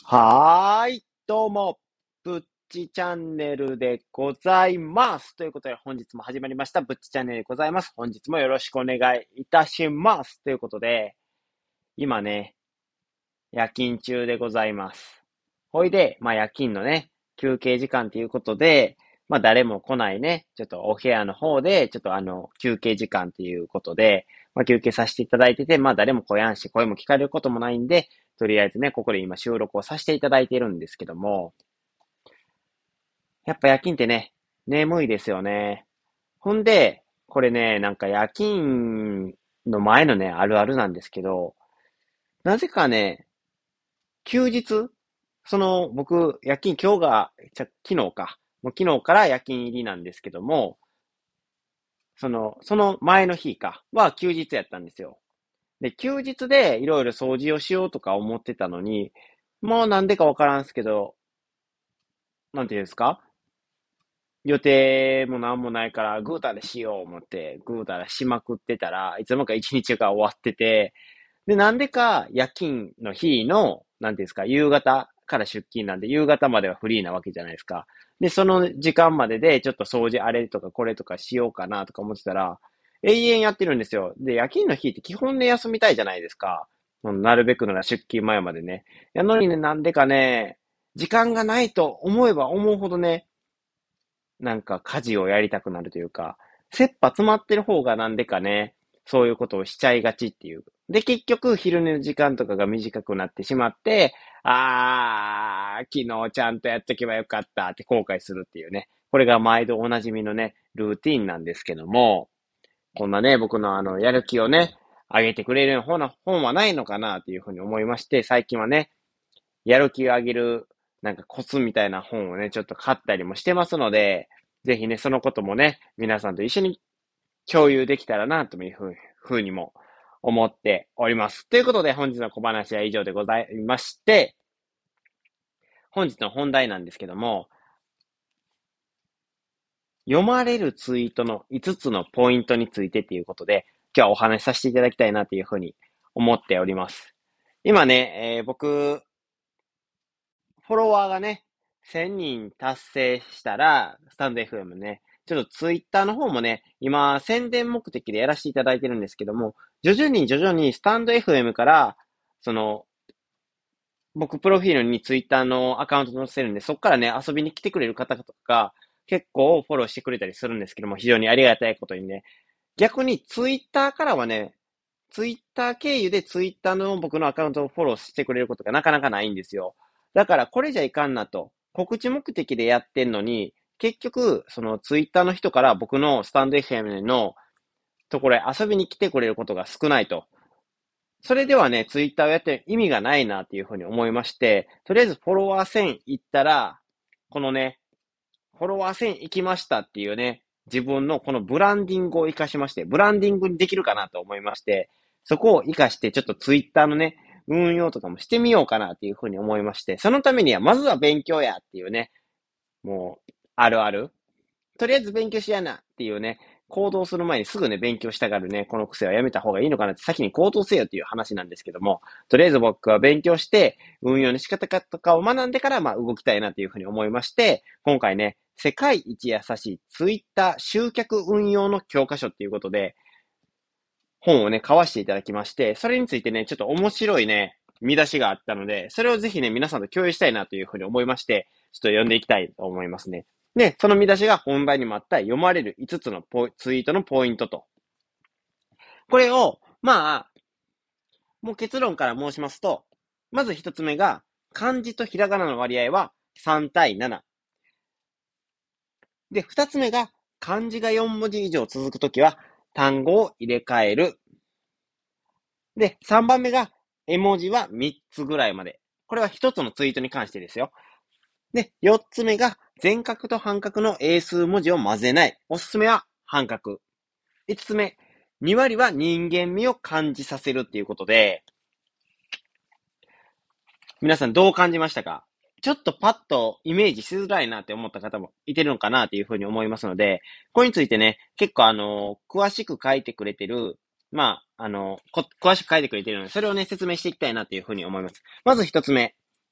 はーい、どうも、ぶっちチャンネルでございます。ということで、本日も始まりました、ぶっちチャンネルでございます。本日もよろしくお願いいたします。ということで、今ね、夜勤中でございます。ほいで、夜勤のね、休憩時間ということで、誰も来ないね、ちょっとお部屋の方で、ちょっと休憩時間ということで、休憩させていただいてて、誰も来やんし、声も聞かれることもないんで、とりあえずね、ここで今収録をさせていただいているんですけども、やっぱ夜勤ってね、眠いですよね。ほんで、これね、なんか夜勤の前のね、あるあるなんですけど、なぜかね、休日僕、夜勤、今日が、昨日か。もう昨日から夜勤入りなんですけども、その前の日か、は休日やったんですよ。で、休日でいろいろ掃除をしようとか思ってたのに、もうなんでかわからんすけど、なんていうんですか、予定もなんもないから、ぐうたらしよう思って、ぐうたらしまくってたらいつの間にか一日が終わってて、で、なんでか夜勤の日の、なんていうんですか、夕方から出勤なんで、夕方まではフリーなわけじゃないですか。で、その時間までで、ちょっと掃除あれとかこれとかしようかなとか思ってたら、永遠やってるんですよ。で、夜勤の日って基本で休みたいじゃないですか。なるべくなら出勤前までね。やのにね、なんでかね、時間がないと思えば思うほどね、なんか家事をやりたくなるというか、切羽詰まってる方がなんでかね、そういうことをしちゃいがちっていう。で、結局、昼寝の時間とかが短くなってしまって、昨日ちゃんとやっとけばよかったって後悔するっていうね。これが毎度おなじみのね、ルーティンなんですけども、こんなね、僕のやる気をね、上げてくれるような本はないのかなっていうふうに思いまして、最近はね、やる気を上げる、なんかコツみたいな本をね、ちょっと買ったりもしてますので、ぜひね、そのこともね、皆さんと一緒に共有できたらな、というふうにも思っております。ということで、本日の小話は以上でございまして、本日の本題なんですけども、読まれるツイートの5つのポイントについてということで、今日はお話しさせていただきたいなというふうに思っております。今ね、僕、フォロワーがね、1000人達成したら、スタンド FM ね、ちょっとツイッターの方もね、今、宣伝目的でやらせていただいてるんですけども、徐々にスタンド FM から、その、僕、プロフィールにツイッターのアカウント載せるんで、そこからね、遊びに来てくれる方とか、結構フォローしてくれたりするんですけども、非常にありがたいことにね、逆にツイッターからはね、ツイッター経由でツイッターの僕のアカウントをフォローしてくれることがなかなかないんですよ。だからこれじゃいかんなと。告知目的でやってんのに、結局、そのツイッターの人から僕のスタンド FM のところへ遊びに来てくれることが少ないと。それではね、ツイッターをやって意味がないなっていうふうに思いまして、とりあえずフォロワー1000行ったら、このね、フォロワー1000行きましたっていうね、自分のこのブランディングを活かしまして、ブランディングにできるかなと思いまして、そこを活かしてちょっとツイッターのね、運用とかもしてみようかなっていうふうに思いまして、そのためにはまずは勉強やっていうね、もう、あるある。とりあえず勉強しやなっていうね、行動する前にすぐね、勉強したがるね、この癖はやめた方がいいのかなって先に行動せよっていう話なんですけども、とりあえず僕は勉強して、運用の仕方とかを学んでから、動きたいなというふうに思いまして、今回ね、世界一優しいツイッター集客運用の教科書っていうことで、本をね、買わせていただきまして、それについてね、ちょっと面白いね、見出しがあったので、それをぜひね、皆さんと共有したいなというふうに思いまして、ちょっと読んでいきたいと思いますね。で、その見出しが本題にもあった読まれる5つのツイートのポイントと。これを、もう結論から申しますと、まず1つ目が、漢字とひらがなの割合は3対7。で、2つ目が、漢字が4文字以上続くときは、単語を入れ替える。で、3番目が、絵文字は3つぐらいまで。これは1つのツイートに関してですよ。で、4つ目が、全角と半角の英数文字を混ぜない。おすすめは半角。5つ目、2割は人間味を感じさせるっていうことで、皆さんどう感じましたか？ちょっとパッとイメージしづらいなって思った方もいてるのかなっていうふうに思いますので、これについてね、結構詳しく書いてくれてる、詳しく書いてくれてるので、それをね、説明していきたいなというふうに思います。まず一つ目。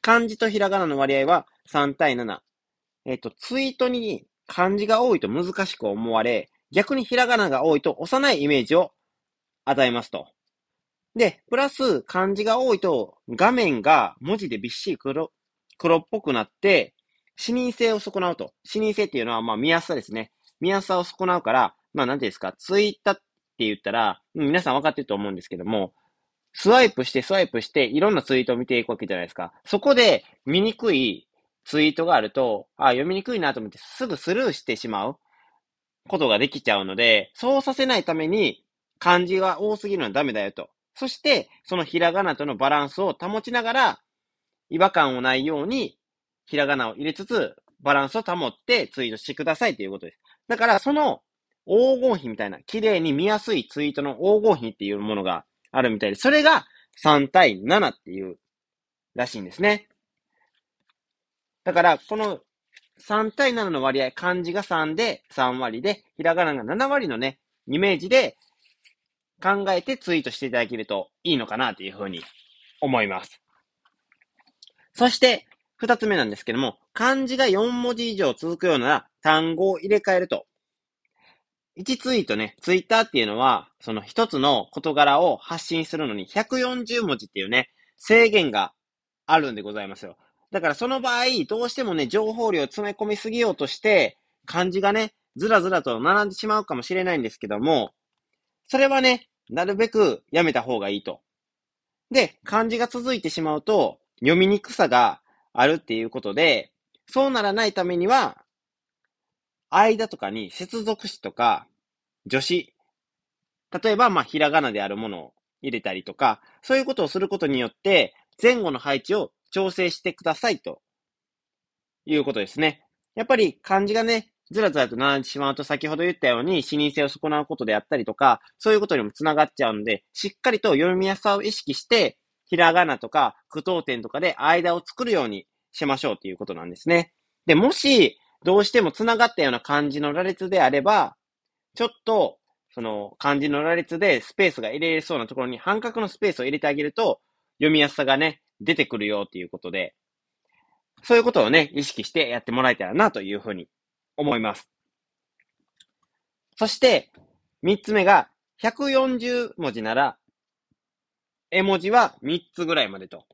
漢字とひらがなの割合は3対7。ツイートに漢字が多いと難しく思われ、逆にひらがなが多いと幼いイメージを与えますと。で、プラス漢字が多いと画面が文字でびっしり黒っぽくなって、視認性を損なうと。視認性っていうのは見やすさですね。見やすさを損なうから、なんていうんですか、ツイッターって言ったら、皆さん分かってると思うんですけども、スワイプしてスワイプしていろんなツイートを見ていくわけじゃないですか。そこで見にくいツイートがあると、読みにくいなと思ってすぐスルーしてしまうことができちゃうので、そうさせないために漢字が多すぎるのはダメだよと。そして、そのひらがなとのバランスを保ちながら、違和感をないように、ひらがなを入れつつ、バランスを保ってツイートしてくださいということです。だから、その黄金比みたいな、綺麗に見やすいツイートの黄金比っていうものがあるみたいで、それが3対7っていうらしいんですね。だから、この3対7の割合、漢字が3で3割で、ひらがなが7割のね、イメージで考えてツイートしていただけるといいのかなというふうに思います。そして、2つ目なんですけども、漢字が4文字以上続くようなら単語を入れ替えると。1ツイートね、ツイッターっていうのは、その一つの事柄を発信するのに140文字っていうね、制限があるんでございますよ。だからその場合、どうしてもね、情報量を詰め込みすぎようとして、漢字がね、ずらずらと並んでしまうかもしれないんですけども、それはね、なるべくやめた方がいいと。で、漢字が続いてしまうと、読みにくさがあるっていうことで、そうならないためには、間とかに接続詞とか助詞、例えば、ひらがなであるものを入れたりとか、そういうことをすることによって、前後の配置を調整してくださいということですね。やっぱり漢字がね、ずらずらと並んでしまうと、先ほど言ったように視認性を損なうことであったりとか、そういうことにもつながっちゃうので、しっかりと読みやすさを意識して、ひらがなとか句読点とかで間を作るようにしましょうということなんですね。で、もし、どうしてもつながったような漢字の羅列であれば、ちょっと、その漢字の羅列でスペースが入れれそうなところに半角のスペースを入れてあげると、読みやすさがね、出てくるよっていうことで、そういうことをね、意識してやってもらえたらなというふうに思います。そして、三つ目が、140文字なら、絵文字は3つぐらいまでと。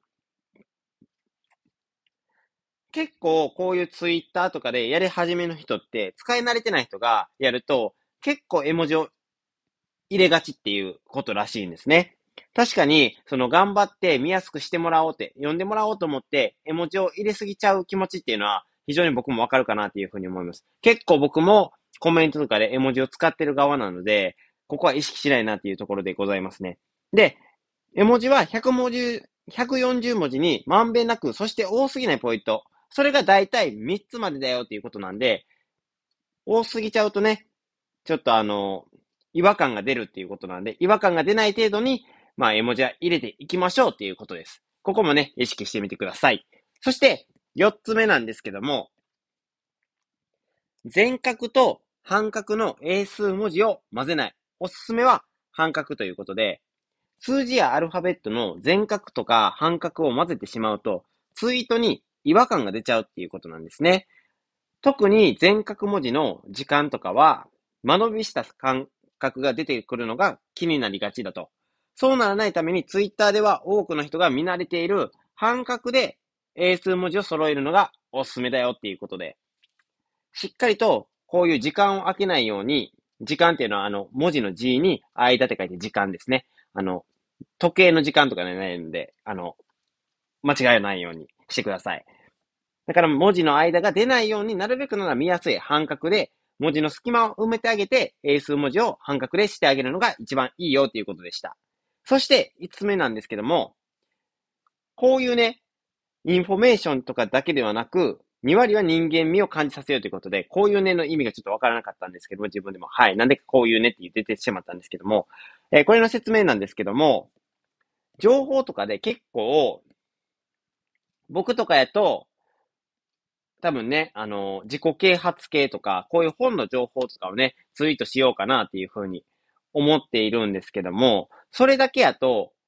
結構こういうツイッターとかでやり始めの人って使い慣れてない人がやると結構絵文字を入れがちっていうことらしいんですね。確かに、その頑張って見やすくしてもらおうって、読んでもらおうと思って絵文字を入れすぎちゃう気持ちっていうのは非常に僕もわかるかなっていうふうに思います。結構僕もコメントとかで絵文字を使ってる側なので、ここは意識しないなっていうところでございますね。で、絵文字は100文字、140文字にまんべんなく、そして多すぎないポイント。それがだいたい3つまでだよっていうことなんで、多すぎちゃうとね、ちょっと違和感が出るっていうことなんで、違和感が出ない程度に、絵文字は入れていきましょうっていうことです。ここもね、意識してみてください。そして、4つ目なんですけども、全角と半角の英数文字を混ぜない。おすすめは半角ということで、数字やアルファベットの全角とか半角を混ぜてしまうと、ツイートに違和感が出ちゃうっていうことなんですね。特に全角文字の時間とかは、間延びした感覚が出てくるのが気になりがちだと。そうならないためにツイッターでは多くの人が見慣れている半角で英数文字を揃えるのがおすすめだよっていうことで、しっかりとこういう時間を空けないように、時間っていうのは文字の字に間って書いて時間ですね。時計の時間とかじゃないので、間違いないようにしてください。だから文字の間が出ないようになるべくなら見やすい半角で、文字の隙間を埋めてあげて、英数文字を半角でしてあげるのが一番いいよということでした。そして、5つ目なんですけども、こういうね、インフォメーションとかだけではなく、2割は人間味を感じさせようということで、こういうねの意味がちょっとわからなかったんですけども、自分でも。はい。なんでこういうねって言ってしまったんですけども、これの説明なんですけども、情報とかで結構、僕とかやと、多分ね、自己啓発系とか、こういう本の情報とかをね、ツイートしようかなっていうふうに思っているんですけども、それだけやと、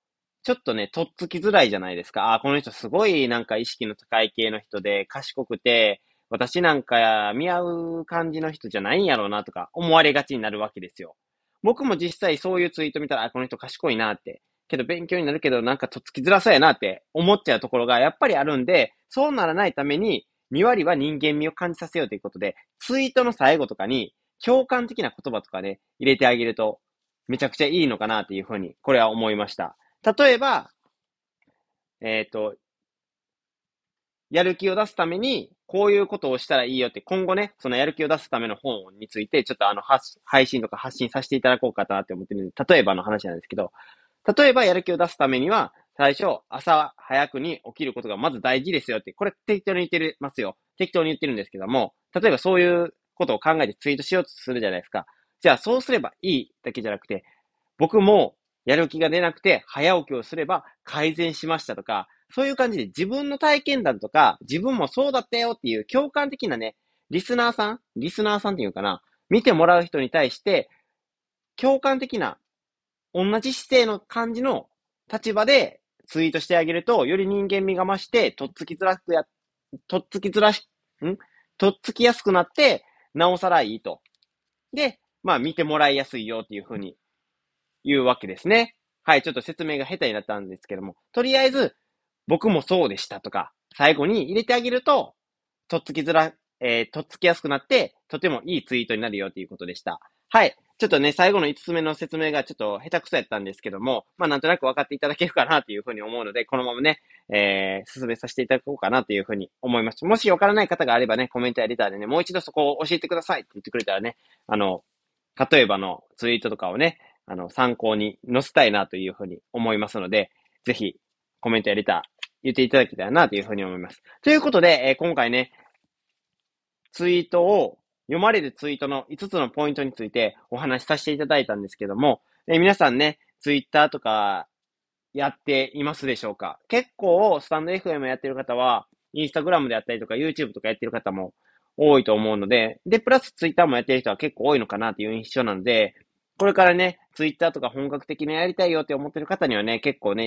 ちょっとね、とっつきづらいじゃないですか。あ、この人すごいなんか意識の高い系の人で賢くて、私なんか見合う感じの人じゃないんやろうなとか思われがちになるわけですよ。僕も実際そういうツイート見たら、あ、この人賢いなって。けど勉強になるけどなんかとっつきづらそうやなって思っちゃうところがやっぱりあるんで、そうならないために2割は人間味を感じさせようということで、ツイートの最後とかに共感的な言葉とかね、入れてあげるとめちゃくちゃいいのかなっていうふうに、これは思いました。例えば、えっと、やる気を出すために、こういうことをしたらいいよって、今後ね、そのやる気を出すための本について、ちょっと配信とか発信させていただこうかなって思ってるんで、例えばの話なんですけど、例えばやる気を出すためには、最初、朝早くに起きることがまず大事ですよって、これ適当に言ってますよ。適当に言ってるんですけども、例えばそういうことを考えてツイートしようとするじゃないですか。じゃあそうすればいいだけじゃなくて、僕もやる気が出なくて早起きをすれば改善しましたとか、そういう感じで自分の体験談とか、自分もそうだったよっていう共感的なね、リスナーさんっていうかな、見てもらう人に対して、共感的な、同じ姿勢の感じの立場でツイートしてあげると、より人間味が増して、とっつきづらし、とっつきやすくなって、なおさらいいと。で、まあ見てもらいやすいよっていうふうに言うわけですね。はい、ちょっと説明が下手になったんですけども、とりあえず、僕もそうでしたとか、最後に入れてあげると、とっつきづら、とっつきやすくなって、とてもいいツイートになるよということでした。はい。ちょっとね、最後の5つ目の説明がちょっと下手くそやったんですけども、まあなんとなく分かっていただけるかなというふうに思うので、このままね、進めさせていただこうかなというふうに思います。もし分からない方があればね、コメントやレターでね、もう一度そこを教えてくださいって言ってくれたらね、例えばのツイートとかをね、参考に載せたいなというふうに思いますので、ぜひコメントやレター言っていただけたらなというふうに思います。ということで、今回ね、ツイートを、読まれるツイートの5つのポイントについてお話しさせていただいたんですけども、皆さんね、ツイッターとかやっていますでしょうか？結構、スタンド FM やってる方は、インスタグラムであったりとか、YouTube とかやってる方も多いと思うので、で、プラスツイッターもやってる人は結構多いのかなという印象なので、これからね、ツイッターとか本格的にやりたいよって思ってる方にはね、結構ね、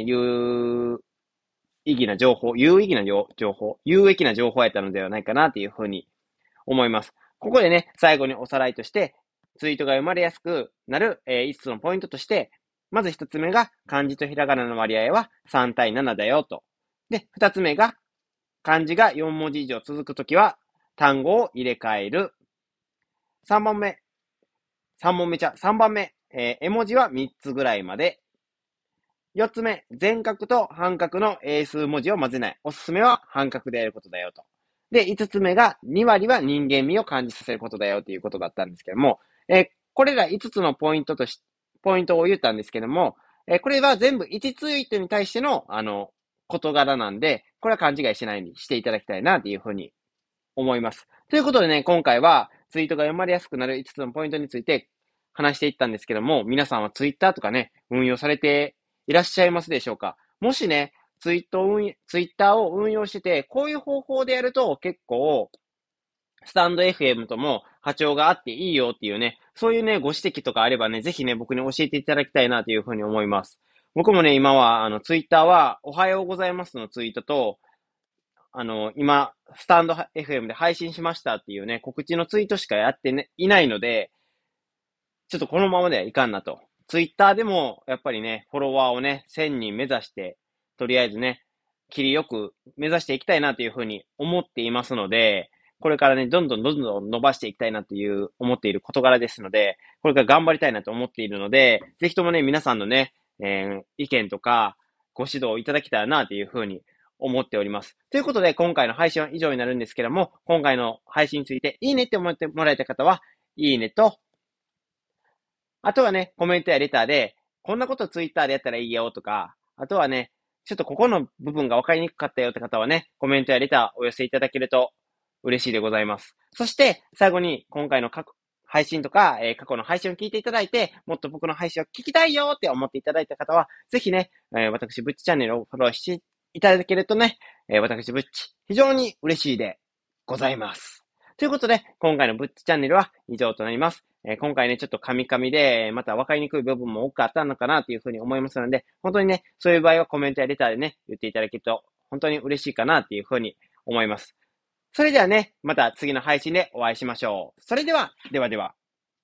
有益な情報やったのではないかなというふうに思います。ここでね、最後におさらいとして、ツイートが生まれやすくなる、5つのポイントとして、まず1つ目が漢字とひらがなの割合は3対7だよと。で、2つ目が漢字が4文字以上続くときは単語を入れ替える。3番目、3番目、絵文字は3つぐらいまで。4つ目、全角と半角の英数文字を混ぜない。おすすめは半角でやることだよと。で、5つ目が2割は人間味を感じさせることだよということだったんですけども、これら5つのポイントを言ったんですけども、これは全部1ツイートに対しての、事柄なんで、これは勘違いしないようにしていただきたいなというふうに思います。ということでね、今回はツイートが読まれやすくなる5つのポイントについて話していったんですけども、皆さんはツイッターとかね、運用されていらっしゃいますでしょうか？もしね、ツイッターを運用してて、こういう方法でやると結構、スタンド FM とも波長があっていいよっていうね、そういうね、ご指摘とかあればね、ぜひね、僕に教えていただきたいなというふうに思います。僕もね、今は、ツイッターは、おはようございますのツイートと、今、スタンド FM で配信しましたっていうね、告知のツイートしかやってね、いないので、ちょっとこのままではいかんなと。ツイッターでも、やっぱりね、フォロワーをね、1000人目指して、とりあえずね、切りよく目指していきたいなというふうに思っていますので、これからね、どんどん伸ばしていきたいなという思っている事柄ですので、これから頑張りたいなと思っているので、ぜひともね、皆さんのね、意見とか、ご指導いただけたらなというふうに思っております。ということで、今回の配信は以上になるんですけども、今回の配信についていいねって思ってもらえた方は、いいねと、あとはね、コメントやレターで、こんなことツイッターでやったらいいよとか、あとはね、ちょっとここの部分が分かりにくかったよって方はね、コメントやレターお寄せいただけると嬉しいでございます。そして、最後に今回の配信とか、過去の配信を聞いていただいて、もっと僕の配信を聞きたいよって思っていただいた方は、ぜひね、私、ぶっちチャンネルをフォローしていただけるとね、私、ぶっち、非常に嬉しいでございます。ということで、今回のぶっちチャンネルは以上となります。 今回ね、ちょっとカミカミで、また分かりにくい部分も多くあったのかなというふうに思いますので、本当にね、そういう場合はコメントやレターでね、言っていただけると、本当に嬉しいかなというふうに思います。それではね、また次の配信でお会いしましょう。それでは、ではでは。